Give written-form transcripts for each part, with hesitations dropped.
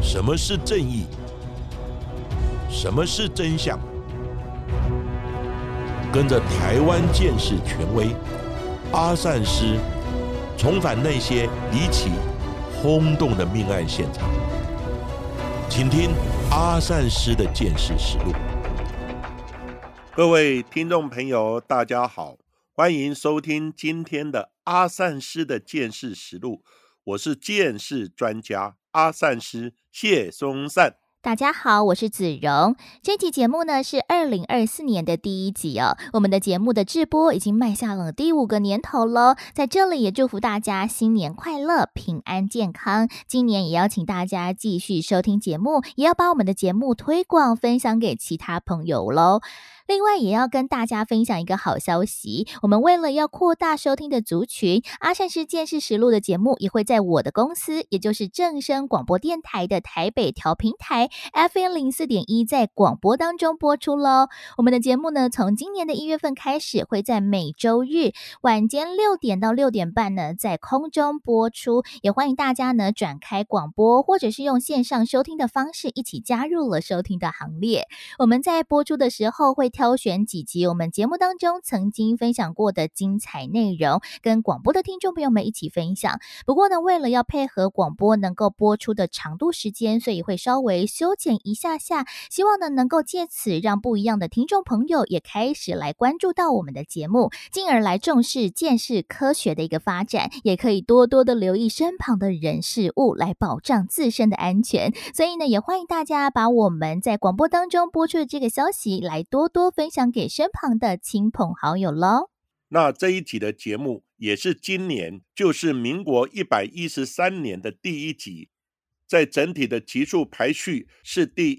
什么是正义？什么是真相？跟着台湾鉴识权威阿善师，重返那些离奇轰动的命案现场，请听阿善师的鉴识实录。各位听众朋友大家好，欢迎收听今天的阿善师的鉴识实录，我是鉴识专家阿善师谢松善。 大家好，我是子荣。这期节目呢是2024年的第一集哦。我们的节目的制播已经迈向了第5个年头了，在这里也祝福大家新年快乐、平安健康。今年也邀请大家继续收听节目，也要把我们的节目推广分享给其他朋友咯。另外也要跟大家分享一个好消息，我们为了要扩大收听的族群，阿善师鉴识实录的节目也会在我的公司，也就是正声广播电台的台北调频台 FM04.1 在广播当中播出咯。我们的节目呢，从今年的1月份开始，会在每周日晚间6点到6点半呢，在空中播出，也欢迎大家呢转开广播，或者是用线上收听的方式一起加入了收听的行列。我们在播出的时候会挑选几集我们节目当中曾经分享过的精彩内容，跟广播的听众朋友们一起分享。不过呢，为了要配合广播能够播出的长度时间，所以会稍微修剪一下下，希望呢能够借此让不一样的听众朋友也开始来关注到我们的节目，进而来重视鉴识科学的一个发展，也可以多多的留意身旁的人事物，来保障自身的安全。所以呢，也欢迎大家把我们在广播当中播出的这个消息来多多分享给身旁的亲朋好友咯。 那这一集的节目也是今年，就是民国113年的第一集，在整体的集数排序是第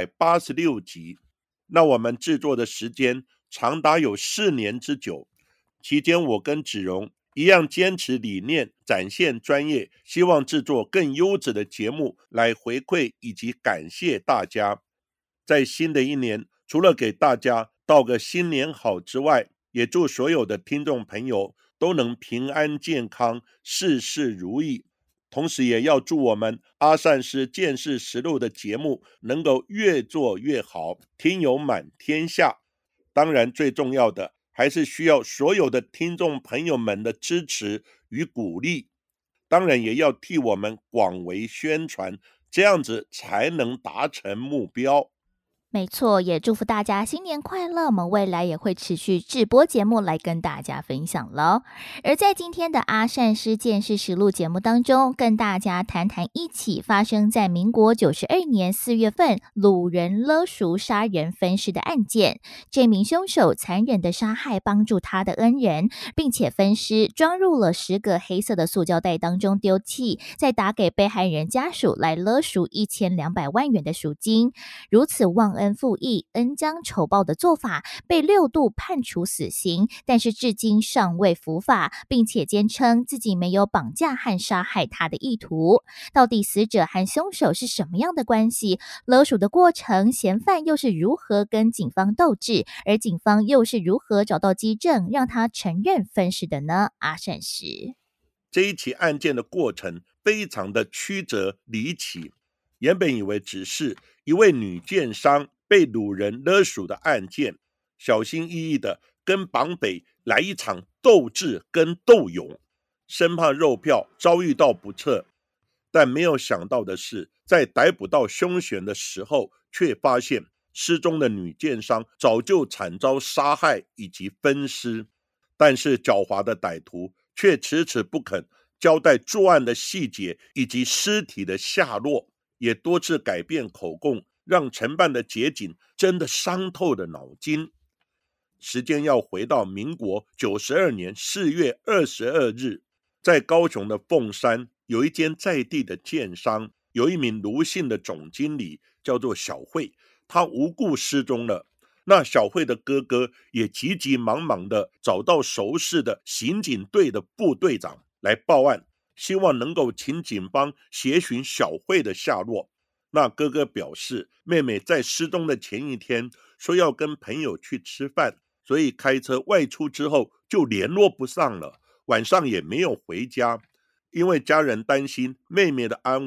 186集。那我们制作的时间长达有4年之久，期间我跟子荣一样坚持理念，展现专业，希望制作更优质的节目来回馈以及感谢大家。在新的一年，除了给大家道个新年好之外，也祝所有的听众朋友都能平安健康，事事如意。同时也要祝我们阿善师鉴识实录的节目能够越做越好，听友满天下。当然最重要的还是需要所有的听众朋友们的支持与鼓励，当然也要替我们广为宣传，这样子才能达成目标。 没错，也祝福大家新年快乐，我们未来也会持续制播节目来跟大家分享咯。而在今天的阿善师鉴识实录节目当中，跟大家谈谈一起发生在民国92年4月份掳人勒赎杀人分尸的案件。这名凶手残忍的杀害帮助他的恩人，并且分尸装入了10个黑色的塑胶袋当中丢弃，再打给被害人家属来勒赎1200万元的赎金。如此忘恩负义、恩将仇报的做法，被6度判处死刑，但是至今尚未伏法，并且坚称自己没有绑架和杀害他的意图。到底死者和凶手是什么样的关系？勒赎的过程，嫌犯又是如何跟警方斗智？而警方又是如何找到基证，让他承认分尸的呢？阿善师， 这一起案件的过程非常的曲折离奇，原本以为只是一位女奸商被掳人勒赎的案件，小心翼翼的跟绑匪来一场斗智跟斗勇，生怕肉票遭遇到不测。但没有想到的是，在逮捕到凶嫌的时候，却发现失踪的女奸商早就惨遭杀害以及分尸，但是狡猾的歹徒却迟迟不肯交代作案的细节以及尸体的下落，也多次改变口供，让承办的检警真的伤透了脑筋。时间要回到民国92年4月22日，在高雄的凤山有一间在地的建商，有一名卢姓的总经理叫做小慧，他无故失踪了。那小慧的哥哥也急急忙忙的找到熟识的刑警队的部队长来报案，希望能够请警方协寻小慧的下落。那哥哥表示，妹妹在失踪的前一天说要跟朋友去吃饭，所以开车外出之后就联络不上了，晚上也没有回家。因为家人担心妹妹的安危，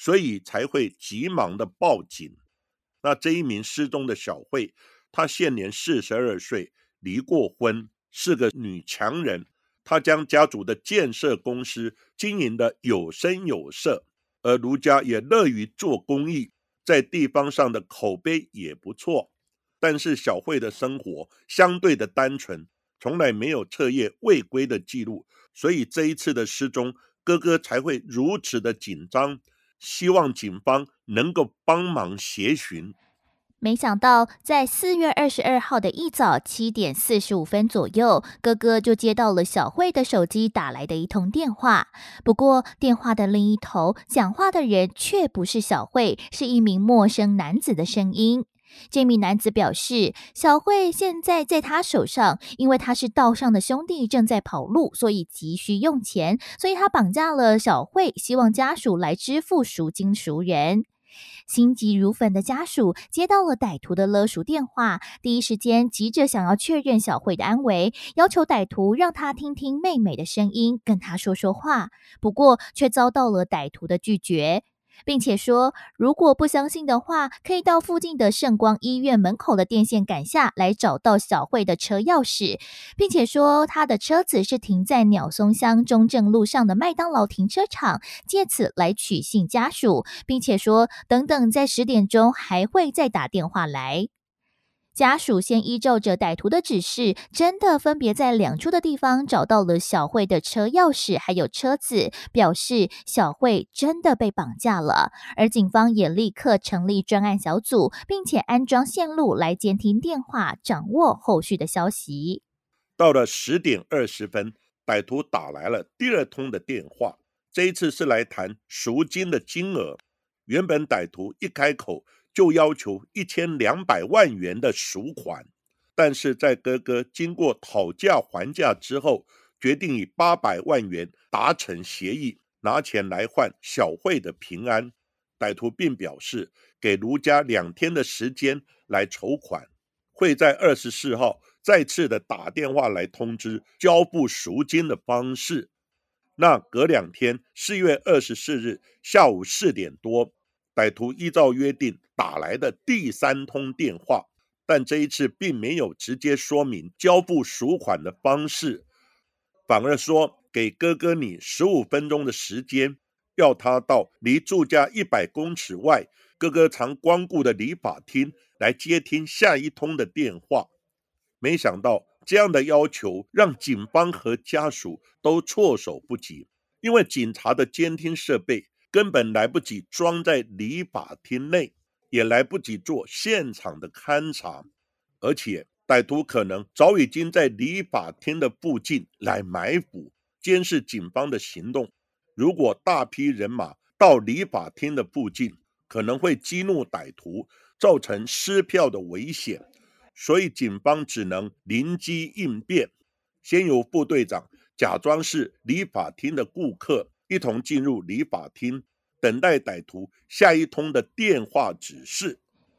所以才会急忙的报警。那这一名失踪的小慧，她现年42岁，离过婚，是个女强人。她将家族的建设公司经营的有声有色，而卢家也乐于做公益，在地方上的口碑也不错。但是小慧的生活相对的单纯，从来没有彻夜未归的记录，所以这一次的失踪，哥哥才会如此的紧张，希望警方能够帮忙协寻。 没想到，在4月22号的一早7点45分左右，哥哥就接到了小慧的手机打来的一通电话。不过，电话的另一头讲话的人却不是小慧，是一名陌生男子的声音。这名男子表示，小慧现在在他手上，因为他是道上的兄弟，正在跑路，所以急需用钱，所以他绑架了小慧，希望家属来支付赎金赎人。心急如焚的家属接到了歹徒的勒赎电话，第一时间急着想要确认小慧的安危，要求歹徒让他听听妹妹的声音，跟他说说话。不过却遭到了歹徒的拒绝，并且说，如果不相信的话，可以到附近的圣光医院门口的电线杆下来找到小慧的车钥匙，并且说他的车子是停在鸟松乡中正路上的麦当劳停车场，借此来取信家属，并且说等等在10点钟还会再打电话来。家属先依照着歹徒的指示，真的分别在2处的地方找到了小慧的车钥匙还有车子，表示小慧真的被绑架了。而警方也立刻成立专案小组，并且安装线路来监听电话，掌握后续的消息。 到了10点20分，歹徒打来了第2通的电话，这一次是来谈赎金的金额。原本歹徒一开口就要求1200万元的赎款，但是在哥哥经过讨价还价之后，决定以800万元达成协议，拿钱来换小慧的平安。歹徒并表示给卢家2天的时间来筹款，会在24号再次的打电话来通知交付赎金的方式。那隔2天4月24日下午4点多，歹徒依照约定打来的第3通电话，但这一次并没有直接说明交付赎款的方式，反而说给哥哥你15分钟的时间，要他到离住家100公尺外哥哥常光顾的理发厅来接听下一通的电话。没想到这样的要求让警方和家属都措手不及，因为警察的监听设备根本来不及装在理发厅内，也来不及做现场的勘查，而且歹徒可能早已经在理发厅的附近来埋伏，监视警方的行动。如果大批人马到理发厅的附近，可能会激怒歹徒，造成失票的危险，所以警方只能临机应变，先由副队长假装是理发厅的顾客，一同进入理发厅，等待歹徒下一通的电话指示。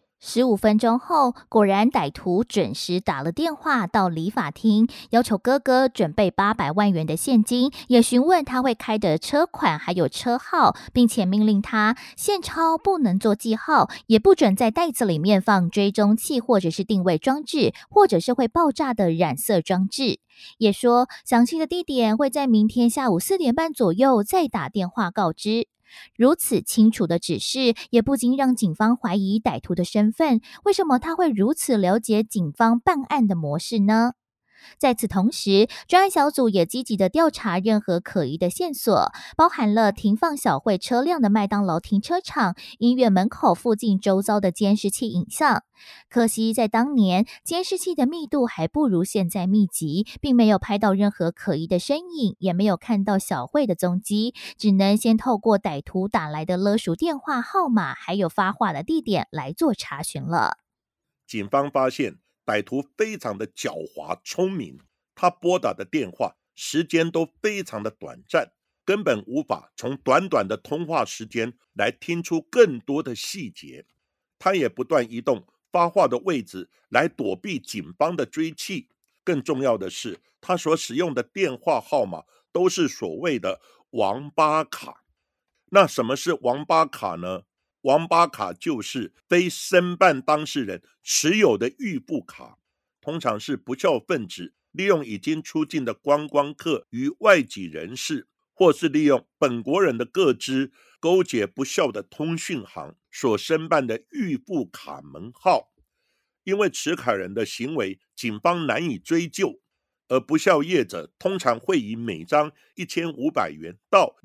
15分钟后，果然歹徒准时打了电话到理发厅，要求哥哥准备800万元的现金，也询问他会开的车款还有车号，并且命令他现钞不能做记号，也不准在袋子里面放追踪器或者是定位装置，或者是会爆炸的染色装置。也说详细的地点会在明天下午4点半左右再打电话告知。如此清楚的指示，也不禁让警方怀疑歹徒的身份。为什么他会如此了解警方办案的模式呢？在此同时，专案小组也积极的调查任何可疑的线索，包含了停放小慧车辆的麦当劳停车场、医院门口附近周遭的监视器影像。可惜在当年，监视器的密度还不如现在密集，并没有拍到任何可疑的身影，也没有看到小慧的踪迹，只能先透过歹徒打来的勒赎电话号码还有发话的地点来做查询了。 警方发现歹徒非常的狡猾聪明，他拨打的电话时间都非常的短暂，根本无法从短短的通话时间来听出更多的细节。他也不断移动发话的位置来躲避警方的追缉。更重要的是，他所使用的电话号码都是所谓的王八卡。 那什么是王八卡呢？王八卡就是非申办当事人持有的预付卡，通常是不肖分子利用已经出境的观光客与外籍人士，或是利用本国人的个资勾结不肖的通讯行所申办的预付卡门号。因为持卡人的行为警方难以追究，而不肖业者通常会以每张1500元到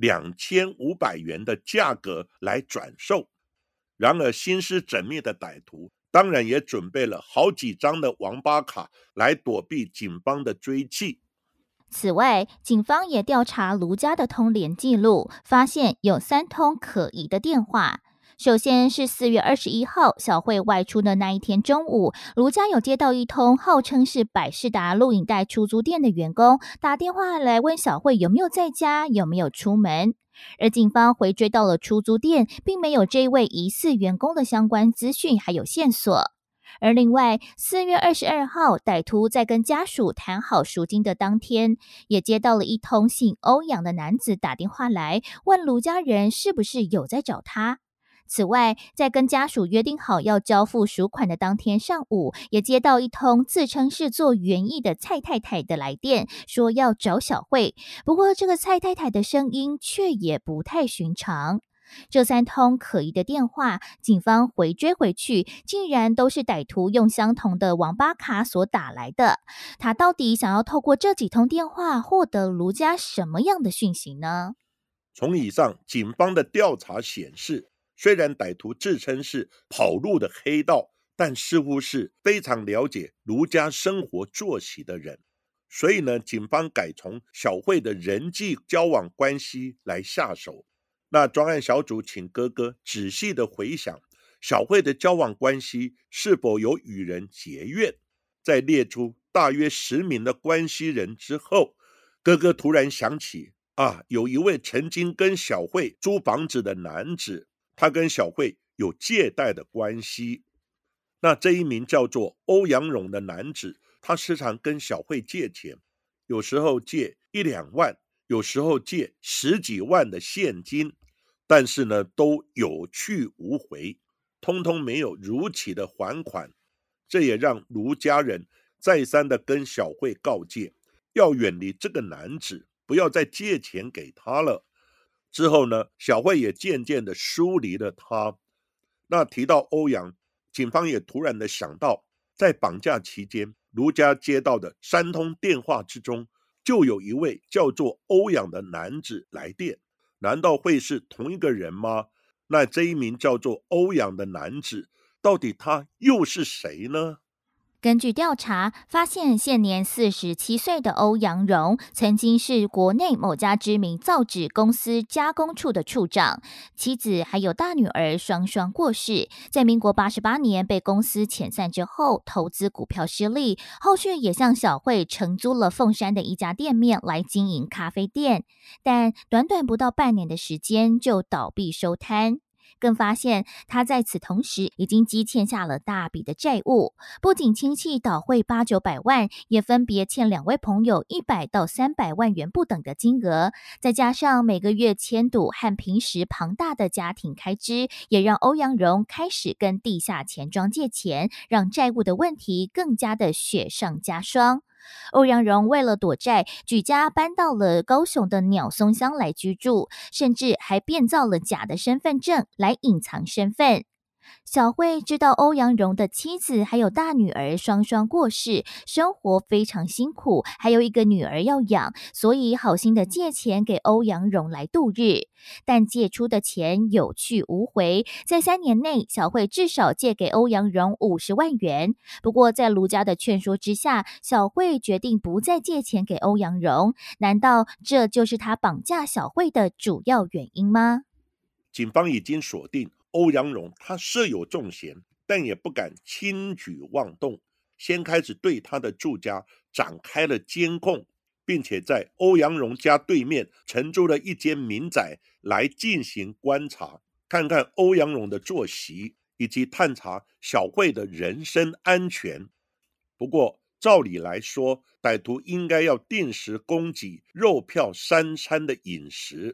2500元的价格来转售。然而心思缜密的歹徒当然也准备了好几张的王八卡来躲避警方的追缉。 此外，警方也调查卢家的通联记录，发现有3通可疑的电话。首先是4月21号小慧外出的那一天中午，卢家有接到一通号称是百视达录影带出租店的员工打电话来问小慧有没有在家，有没有出门。而警方回追到了出租店，并没有这位疑似员工的相关资讯还有线索。而另外4月22号歹徒在跟家属谈好赎金的当天，也接到了一通姓欧阳的男子打电话来问卢家人是不是有在找他。此外，在跟家属约定好要交付赎款的当天上午，也接到一通自称是做园艺的蔡太太的来电，说要找小慧。不过这个蔡太太的声音却也不太寻常。这3通可疑的电话，警方回追回去，竟然都是歹徒用相同的王八卡所打来的。他到底想要透过这几通电话获得卢家什么样的讯息呢？ 从以上警方的调查显示，虽然歹徒自称是跑路的黑道，但似乎是非常了解卢家生活作息的人。所以呢，警方改从小慧的人际交往关系来下手。那专案小组请哥哥仔细的回想小慧的交往关系是否有与人结怨，在列出大约10名的关系人之后，哥哥突然想起有一位曾经跟小慧租房子的男子，他跟小慧有借贷的关系。那这一名叫做欧阳荣的男子，他时常跟小慧借钱，有时候借1-2万，有时候借10几万的现金，但是呢都有去无回，通通没有如期的还款。这也让卢家人再三的跟小慧告诫，要远离这个男子，不要再借钱给他了。之后呢，小慧也渐渐的疏离了他。那提到欧阳，警方也突然的想到，在绑架期间卢家接到的3通电话之中，就有一位叫做欧阳的男子来电。难道会是同一个人吗？那这一名叫做欧阳的男子，到底他又是谁呢？ 根据调查发现，现年47岁的欧阳荣曾经是国内某家知名造纸公司加工处的处长，妻子还有大女儿双双过世。在民国88年被公司遣散之后，投资股票失利，后续也向小慧承租了凤山的一家店面来经营咖啡店，但短短不到半年的时间就倒闭收摊。更发现他在此同时已经积欠下了大笔的债务，不仅亲戚倒汇800-900万，也分别欠2位朋友100到300万元不等的金额，再加上每个月迁赌和平时庞大的家庭开支，也让欧阳荣开始跟地下钱庄借钱，让债务的问题更加的雪上加霜。欧阳荣为了躲债，举家搬到了高雄的鸟松乡来居住，甚至还变造了假的身份证来隐藏身份。小慧知道欧阳荣的妻子还有大女儿双双过世，生活非常辛苦，还有一个女儿要养，所以好心的借钱给欧阳荣来度日。但借出的钱有去无回，在3年内，小慧至少借给欧阳荣50万元。不过在卢家的劝说之下，小慧决定不再借钱给欧阳荣。难道这就是他绑架小慧的主要原因吗？ 警方已经锁定欧阳荣他设有重嫌，但也不敢轻举妄动，先开始对他的住家展开了监控，并且在欧阳荣家对面承租了一间民宅来进行观察，看看欧阳荣的作息，以及探查小慧的人身安全。不过照理来说，歹徒应该要定时供给肉票3餐的饮食，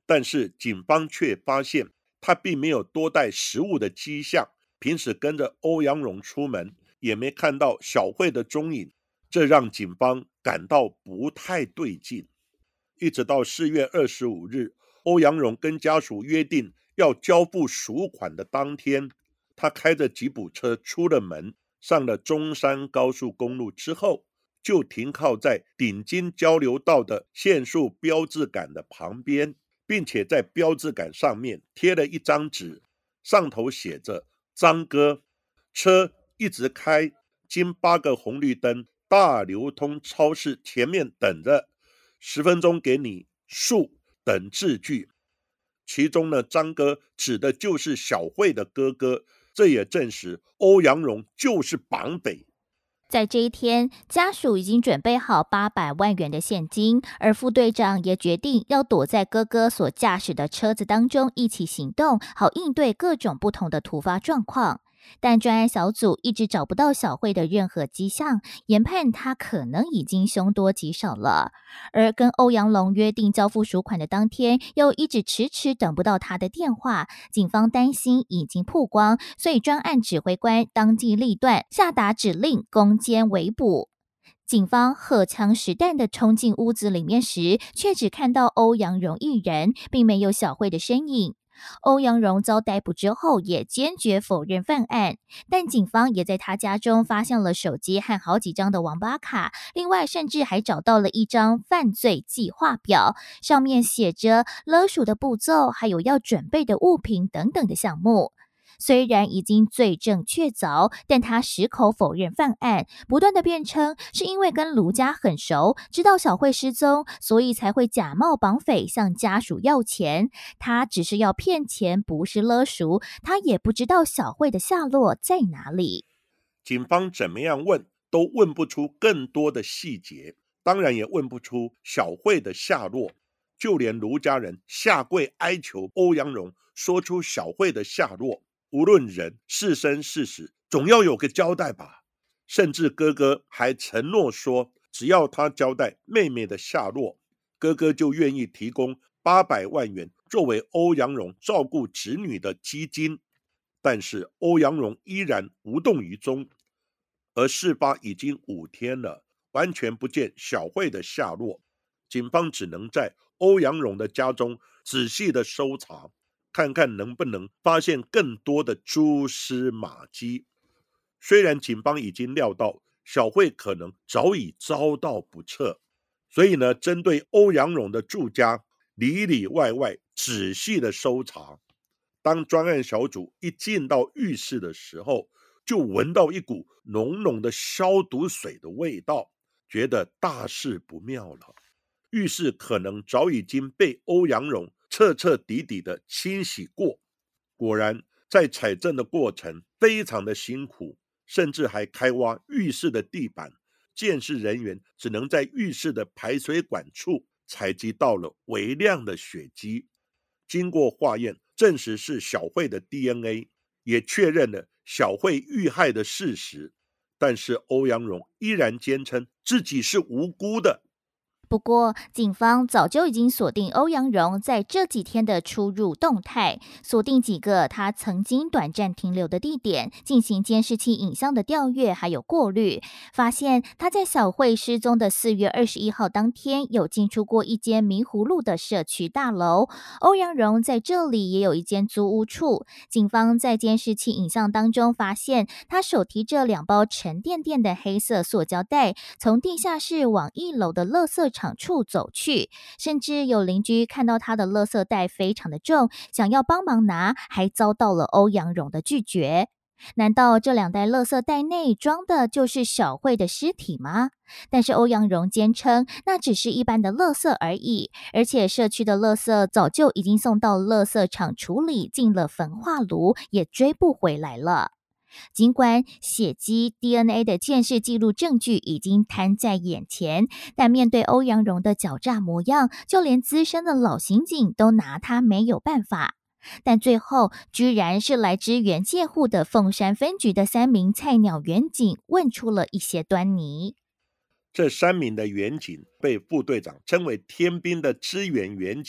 但是警方却发现他并没有多带食物的迹象，平时跟着欧阳荣出门，也没看到小慧的踪影，这让警方感到不太对劲。一直到4月25日，欧阳荣跟家属约定要交付赎款的当天，他开着吉普车出了门，上了中山高速公路之后，就停靠在顶金交流道的限速标志杆的旁边，并且在标志杆上面贴了一张纸，上头写着张哥，车一直开，经8个红绿灯，大流通超市前面等着，10分钟给你速等字句。其中呢，张哥指的就是小慧的哥哥，这也证实欧阳荣就是绑匪。 在这一天，家属已经准备好800万元的现金，而副队长也决定要躲在哥哥所驾驶的车子当中一起行动，好应对各种不同的突发状况。但专案小组一直找不到小慧的任何迹象，研判她可能已经凶多吉少了。而跟欧阳龙约定交付赎款的当天，又一直迟迟等不到他的电话，警方担心已经曝光，所以专案指挥官当机立断，下达指令攻坚围捕。警方荷枪实弹地冲进屋子里面时，却只看到欧阳荣一人，并没有小慧的身影。欧阳荣遭逮捕之后，也坚决否认犯案，但警方也在他家中发现了手机和好几张的网吧卡，另外甚至还找到了一张犯罪计划表，上面写着勒赎的步骤，还有要准备的物品等等的项目。虽然已经罪证确凿，但他矢口否认犯案，不断的辩称是因为跟卢家很熟，知道小慧失踪，所以才会假冒绑匪向家属要钱。他只是要骗钱，不是勒赎，他也不知道小慧的下落在哪里。 警方怎么样问都问不出更多的细节，当然也问不出小慧的下落，就连卢家人下跪哀求欧阳荣说出小慧的下落，无论人是生是死，总要有个交代吧。甚至哥哥还承诺说，只要他交代妹妹的下落，哥哥就愿意提供800万元作为欧阳荣照顾子女的基金。但是欧阳荣依然无动于衷，而事发已经5天了，完全不见小慧的下落。警方只能在欧阳荣的家中仔细的搜查，看看能不能发现更多的蛛丝马迹。虽然警方已经料到小慧可能早已遭到不测，所以呢，针对欧阳荣的住家里里外外仔细的搜查。当专案小组一进到浴室的时候，就闻到一股浓浓的消毒水的味道，觉得大事不妙了。浴室可能早已经被欧阳荣彻彻底底的清洗过。果然在采证的过程非常的辛苦，甚至还开挖浴室的地板，鉴识人员只能在浴室的排水管处采集到了微量的血迹。经过化验，证实是小慧的 DNA， 也确认了小慧遇害的事实。但是欧阳荣依然坚称自己是无辜的。 不过，警方早就已经锁定欧阳荣在这几天的出入动态，锁定几个他曾经短暂停留的地点，进行监视器影像的调阅还有过滤，发现他在小慧失踪的4月21号当天有进出过一间迷葫芦的社区大楼，欧阳荣在这里也有一间租屋处。警方在监视器影像当中发现，他手提着2包沉甸甸的黑色塑胶袋，从地下室往1楼的垃圾场处走去，甚至有邻居看到他的垃圾袋非常的重，想要帮忙拿，还遭到了欧阳荣的拒绝。难道这2袋垃圾袋内装的就是小慧的尸体吗？但是欧阳荣坚称那只是一般的垃圾而已，而且社区的垃圾早就已经送到垃圾场处理，进了焚化炉，也追不回来了。尽管血迹 DNA 的鉴识记录证据已经摊在眼前，但面对欧阳荣的狡诈模样，就连资深的老刑警都拿他没有办法。但最后居然是来支援戒护的凤山分局的3名菜鸟员警问出了一些端倪。 这3名的员警被副队长称为天兵的支援员警，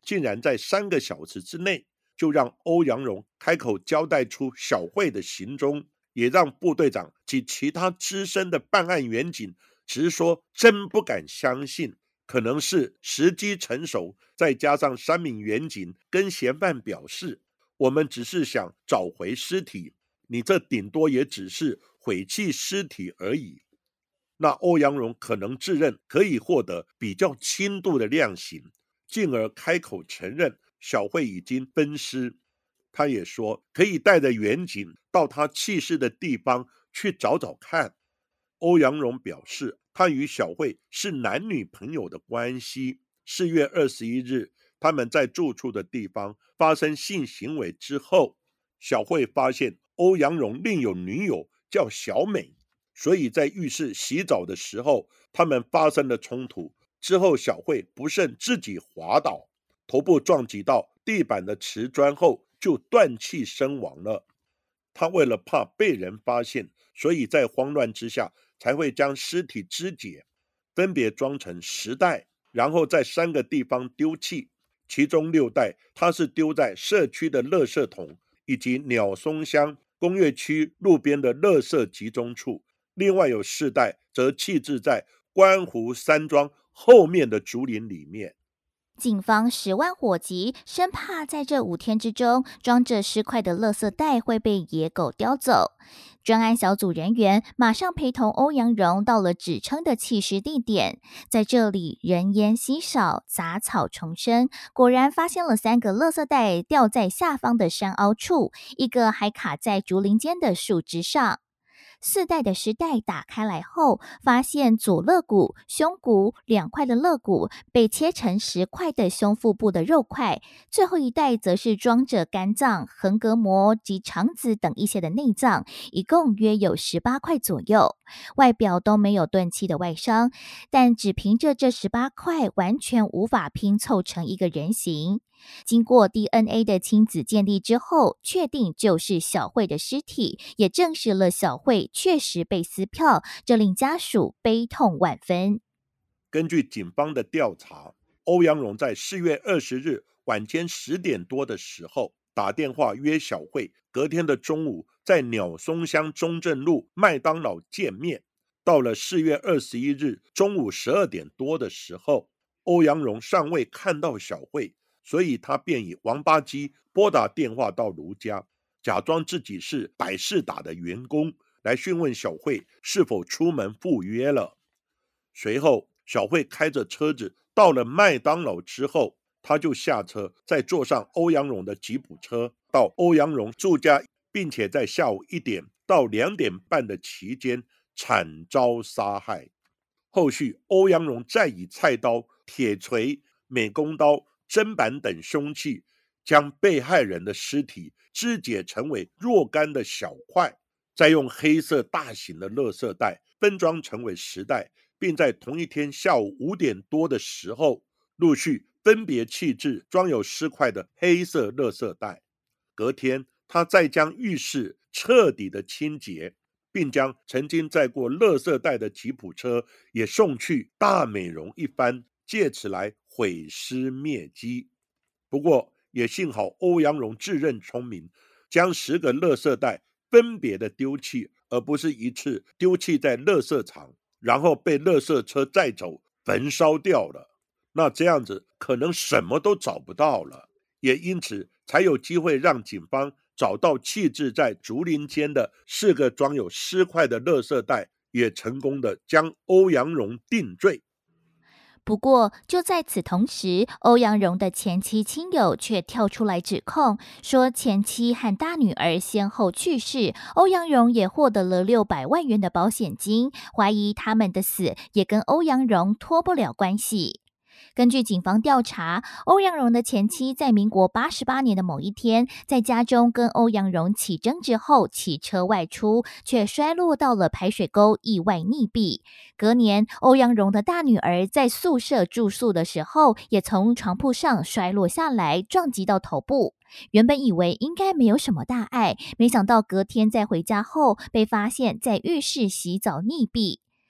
竟然在3个小时之内就让欧阳荣开口交代出小慧的行踪，也让部队长及其他资深的办案员警直说真不敢相信，可能是时机成熟，再加上3名员警跟嫌犯表示，我们只是想找回尸体，你这顶多也只是毁弃尸体而已。那欧阳荣可能自认可以获得比较轻度的量刑，进而开口承认小慧已经分尸。他也说可以带着员警到他弃尸的地方去找找看。欧阳荣表示，他与小慧是男女朋友的关系。4月21日，他们在住处的地方发生性行为之后，小慧发现欧阳荣另有女友叫小美，所以在浴室洗澡的时候，他们发生了冲突。之后小慧不慎自己滑倒，头部撞击到地板的瓷砖后就断气身亡了。他为了怕被人发现，所以在慌乱之下才会将尸体肢解，分别装成10袋，然后在3个地方丢弃。其中6袋他是丢在社区的垃圾桶以及鸟松乡工业区路边的垃圾集中处，另外有4袋则弃置在观湖山庄后面的竹林里面。 警方10万火急，生怕在这5天之中，装着尸块的垃圾袋会被野狗叼走。专案小组人员马上陪同欧阳荣到了指称的弃尸地点，在这里人烟稀少，杂草丛生，果然发现了3个垃圾袋掉在下方的山凹处，一个还卡在竹林间的树枝上。4袋的尸袋打开来后，发现左肋骨、胸骨2块的肋骨被切成10块的胸腹部的肉块，最后1袋则是装着肝脏、横膈膜及肠子等一些的内脏，一共约有18块左右。外表都没有钝器的外伤，但只凭着这18块完全无法拼凑成一个人形。经过 DNA 的亲子鉴定之后，确定就是小慧的尸体，也证实了小慧确实被撕票，这令家属悲痛万分。 根据警方的调查，欧阳荣在4月20日晚间10点多的时候打电话约小慧，隔天的中午在鸟松乡中正路麦当劳见面。到了4月21日中午12点多的时候，欧阳荣尚未看到小慧，所以他便以王八机拨打电话到卢家，假装自己是百事达的员工，来询问小慧是否出门赴约了。随后小慧开着车子到了麦当劳之后，他就下车，再坐上欧阳荣的吉普车到欧阳荣住家，并且在下午1点到2点半的期间惨遭杀害。后续欧阳荣再以菜刀、铁锤、美工刀、砧板等凶器将被害人的尸体肢解成为若干的小块，再用黑色大型的垃圾袋分装成为10袋，并在同一天下午5点多的时候陆续分别弃置装有尸块的黑色垃圾袋。隔天他再将浴室彻底的清洁，并将曾经载过垃圾袋的吉普车也送去大美容一番，借此来毁尸灭迹。不过也幸好欧阳荣自认聪明，将10个垃圾袋分别的丢弃，而不是一次丢弃在垃圾场，然后被垃圾车载走焚烧掉了。那这样子可能什么都找不到了，也因此才有机会让警方找到弃置在竹林间的4个装有尸块的垃圾袋，也成功的将欧阳荣定罪。 不过，就在此同时，欧阳荣的前妻亲友却跳出来指控，说前妻和大女儿先后去世，欧阳荣也获得了600万元的保险金，怀疑他们的死也跟欧阳荣脱不了关系。根据警方调查，欧阳荣的前妻在民国88年的某一天，在家中跟欧阳荣起争执后，骑车外出，却摔落到了排水沟，意外溺毙。隔年，欧阳荣的大女儿在宿舍住宿的时候，也从床铺上摔落下来，撞击到头部。原本以为应该没有什么大碍，没想到隔天在回家后，被发现在浴室洗澡溺毙。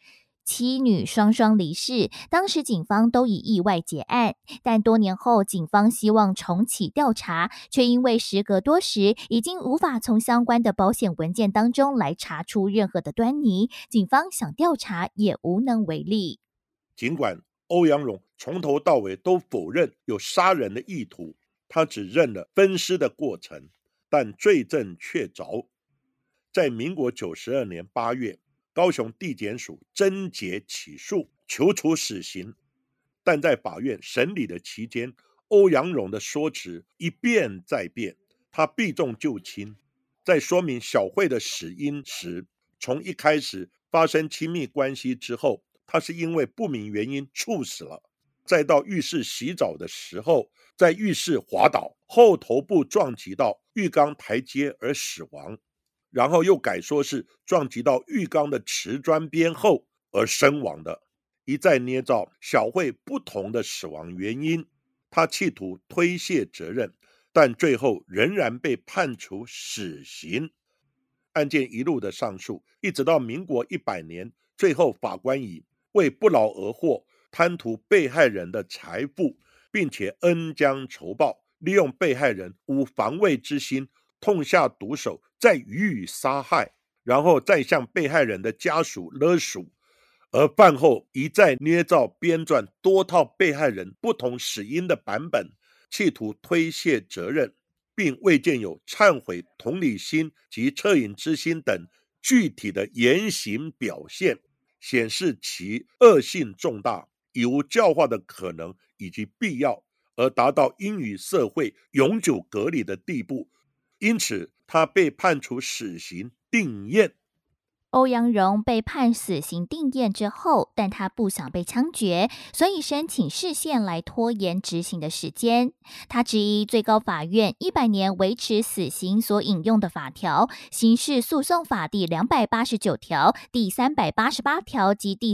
妻女双双离世，当时警方都以意外结案，但多年后警方希望重启调查，却因为时隔多时，已经无法从相关的保险文件当中来查出任何的端倪，警方想调查也无能为力。 尽管欧阳荣从头到尾都否认有杀人的意图，他只认了分尸的过程，但罪证确凿。在民国92年8月，高雄地检署侦结起诉，求处死刑。但在法院审理的期间，欧阳荣的说辞一变再变，他避重就轻，在说明小慧的死因时，从一开始发生亲密关系之后，他是因为不明原因猝死了，再到浴室洗澡的时候，在浴室滑倒后头部撞击到浴缸台阶而死亡，然后又改说是撞击到浴缸的瓷砖边后而身亡的，一再捏造小慧不同的死亡原因，他企图推卸责任，但最后仍然被判处死刑。案件一路的上诉，一直到民国100年，最后法官以为不劳而获，贪图被害人的财富，并且恩将仇报，利用被害人无防卫之心，痛下毒手，再予以杀害，然后再向被害人的家属勒赎，而饭后一再捏造编撰多套被害人不同死因的版本，企图推卸责任，并未见有忏悔同理心及恻隐之心等具体的言行表现，显示其恶性重大，已无教化的可能以及必要，而达到应与社会永久隔离的地步，因此他被判处死刑定谳。 欧阳荣被判死刑定谳之后，但他不想被枪决，所以申请释宪来拖延执行的时间。他质疑最高法院100年维持死刑所引用的法条，刑事诉讼法第289条、第388条及第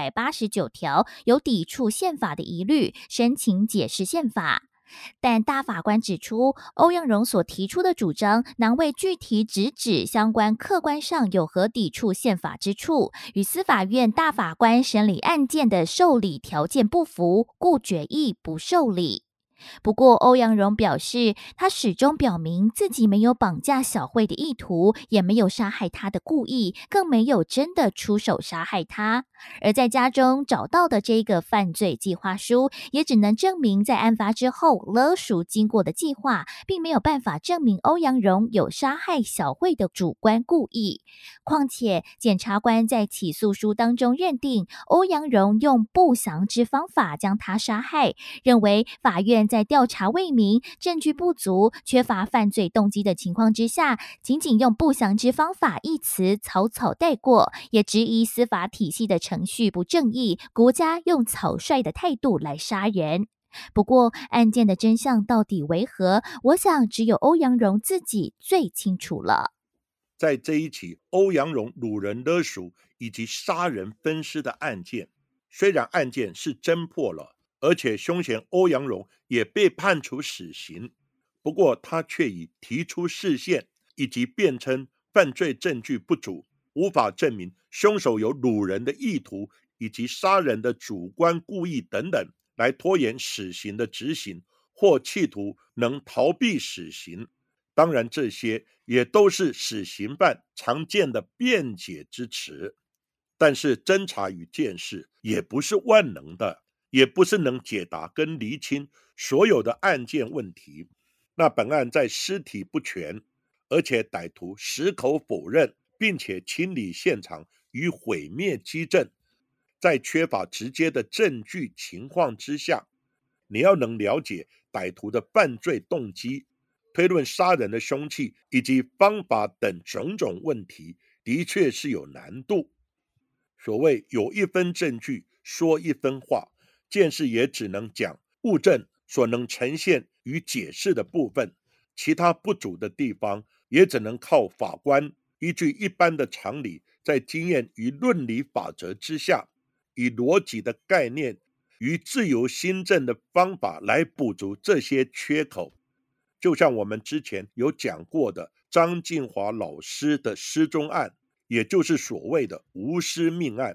389条有抵触宪法的疑虑，申请解释宪法。但大法官指出，欧阳荣所提出的主张难为具体直指相关客观上有何抵触宪法之处，与司法院大法官审理案件的受理条件不符，故决议不受理。不过，欧阳荣表示，他始终表明自己没有绑架小慧的意图，也没有杀害她的故意，更没有真的出手杀害她。而在家中找到的这个犯罪计划书，也只能证明在案发之后勒赎经过的计划，并没有办法证明欧阳荣有杀害小慧的主观故意。况且，检察官在起诉书当中认定欧阳荣用不详之方法将他杀害，认为法院在调查未明、证据不足、缺乏犯罪动机的情况之下，仅仅用不详之方法一词草草带过，也质疑司法体系的程序不正义，国家用草率的态度来杀人。不过，案件的真相到底为何，我想只有欧阳荣自己最清楚了。 在这一起欧阳荣掳人勒赎以及杀人分尸的案件，虽然案件是侦破了，而且凶嫌欧阳荣也被判处死刑，不过他却以提出释宪以及辩称犯罪证据不足，无法证明凶手有掳人的意图以及杀人的主观故意等等，来拖延死刑的执行，或企图能逃避死刑。当然，这些也都是死刑犯常见的辩解之词。但是侦查与鉴识也不是万能的，也不是能解答跟厘清所有的案件问题。那本案在尸体不全，而且歹徒矢口否认，并且清理现场与毁灭基证，在缺乏直接的证据情况之下，你要能了解歹徒的犯罪动机，推论杀人的凶器以及方法等种种问题，的确是有难度。所谓有一分证据说一分话，鉴识也只能讲物证所能呈现与解释的部分，其他不足的地方也只能靠法官依据一般的常理，在经验与论理法则之下，以逻辑的概念与自由心证的方法来补足这些缺口。就像我们之前有讲过的张晋华老师的失踪案，也就是所谓的无尸命案，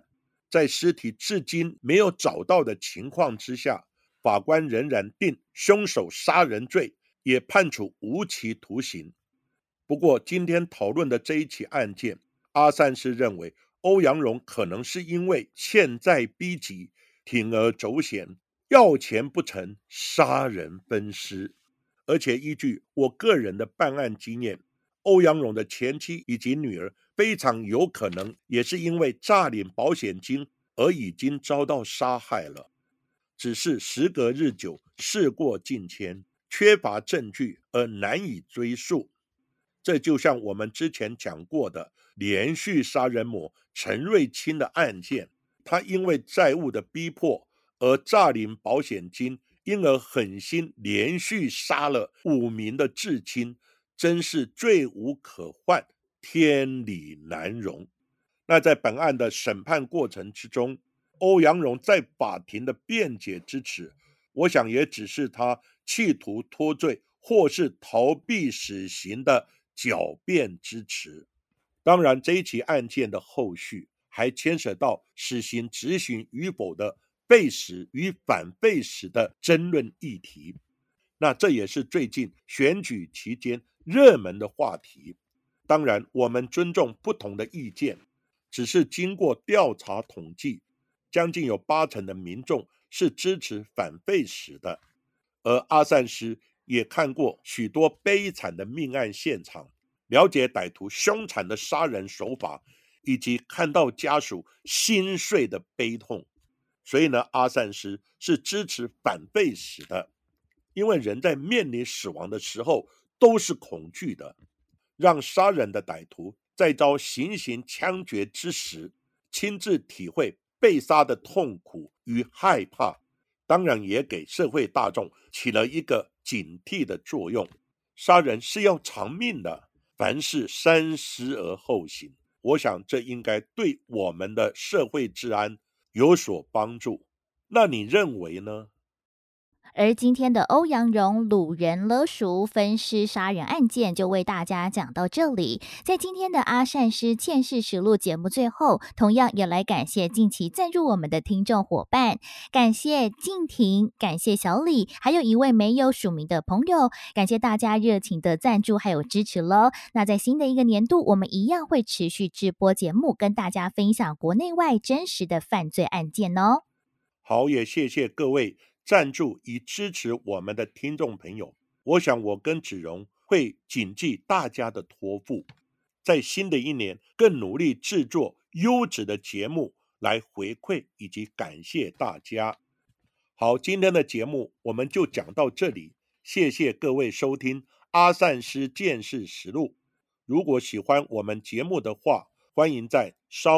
在尸体至今没有找到的情况之下，法官仍然定凶手杀人罪，也判处无期徒刑。不过今天讨论的这一起案件，阿善师认为欧阳荣可能是因为欠债逼急，铤而走险，要钱不成，杀人分尸。而且依据我个人的办案经验，欧阳荣的前妻以及女儿非常有可能也是因为诈领保险金而已经遭到杀害了，只是时隔日久，事过境迁，缺乏证据而难以追溯。这就像我们之前讲过的连续杀人魔陈瑞清的案件，他因为债务的逼迫而诈领保险金，因而狠心连续杀了5名的至亲，真是罪无可逭，天理难容。那在本案的审判过程之中，欧阳荣在法庭的辩解之词，我想也只是他企图脱罪或是逃避死刑的狡辩之词。当然，这一起案件的后续还牵涉到死刑执行与否的废死与反废死的争论议题，那这也是最近选举期间热门的话题。当然，我们尊重不同的意见，只是经过调查统计，将近有80%的民众是支持反废死的。而阿善师也看过许多悲惨的命案现场，了解歹徒凶残的杀人手法，以及看到家属心碎的悲痛。所以呢，阿善师是支持反废死的，因为人在面临死亡的时候都是恐惧的，让杀人的歹徒在遭行刑枪决之时，亲自体会被杀的痛苦与害怕，当然也给社会大众起了一个警惕的作用。杀人是要偿命的，凡事三思而后行，我想这应该对我们的社会治安有所帮助。那你认为呢？ 而今天的欧阳荣掳人勒赎分尸杀人案件就为大家讲到这里。在今天的阿善师倩世实录节目最后，同样也来感谢近期赞助我们的听众伙伴，感谢静婷，感谢小李，还有一位没有署名的朋友，感谢大家热情的赞助还有支持咯。那在新的一个年度，我们一样会持续直播节目，跟大家分享国内外真实的犯罪案件哦。 好，也谢谢各位赞助以支持我们的听众朋友。我想我跟子荣会谨记大家的托付，在新的一年更努力制作优质的节目来回馈以及感谢大家。好，今天的节目我们就讲到这里，谢谢各位收听阿善师见识实录。如果喜欢我们节目的话，欢迎在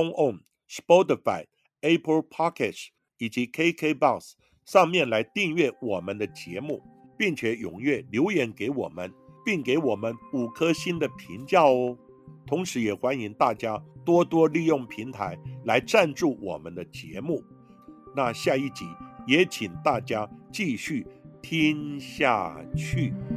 SoundOn、Spotify、Apple Podcasts 以及 KKBox 上面来订阅我们的节目，并且踊跃留言给我们，并给我们5颗星的评价哦。同时也欢迎大家多多利用平台来赞助我们的节目。那下一集也请大家继续听下去。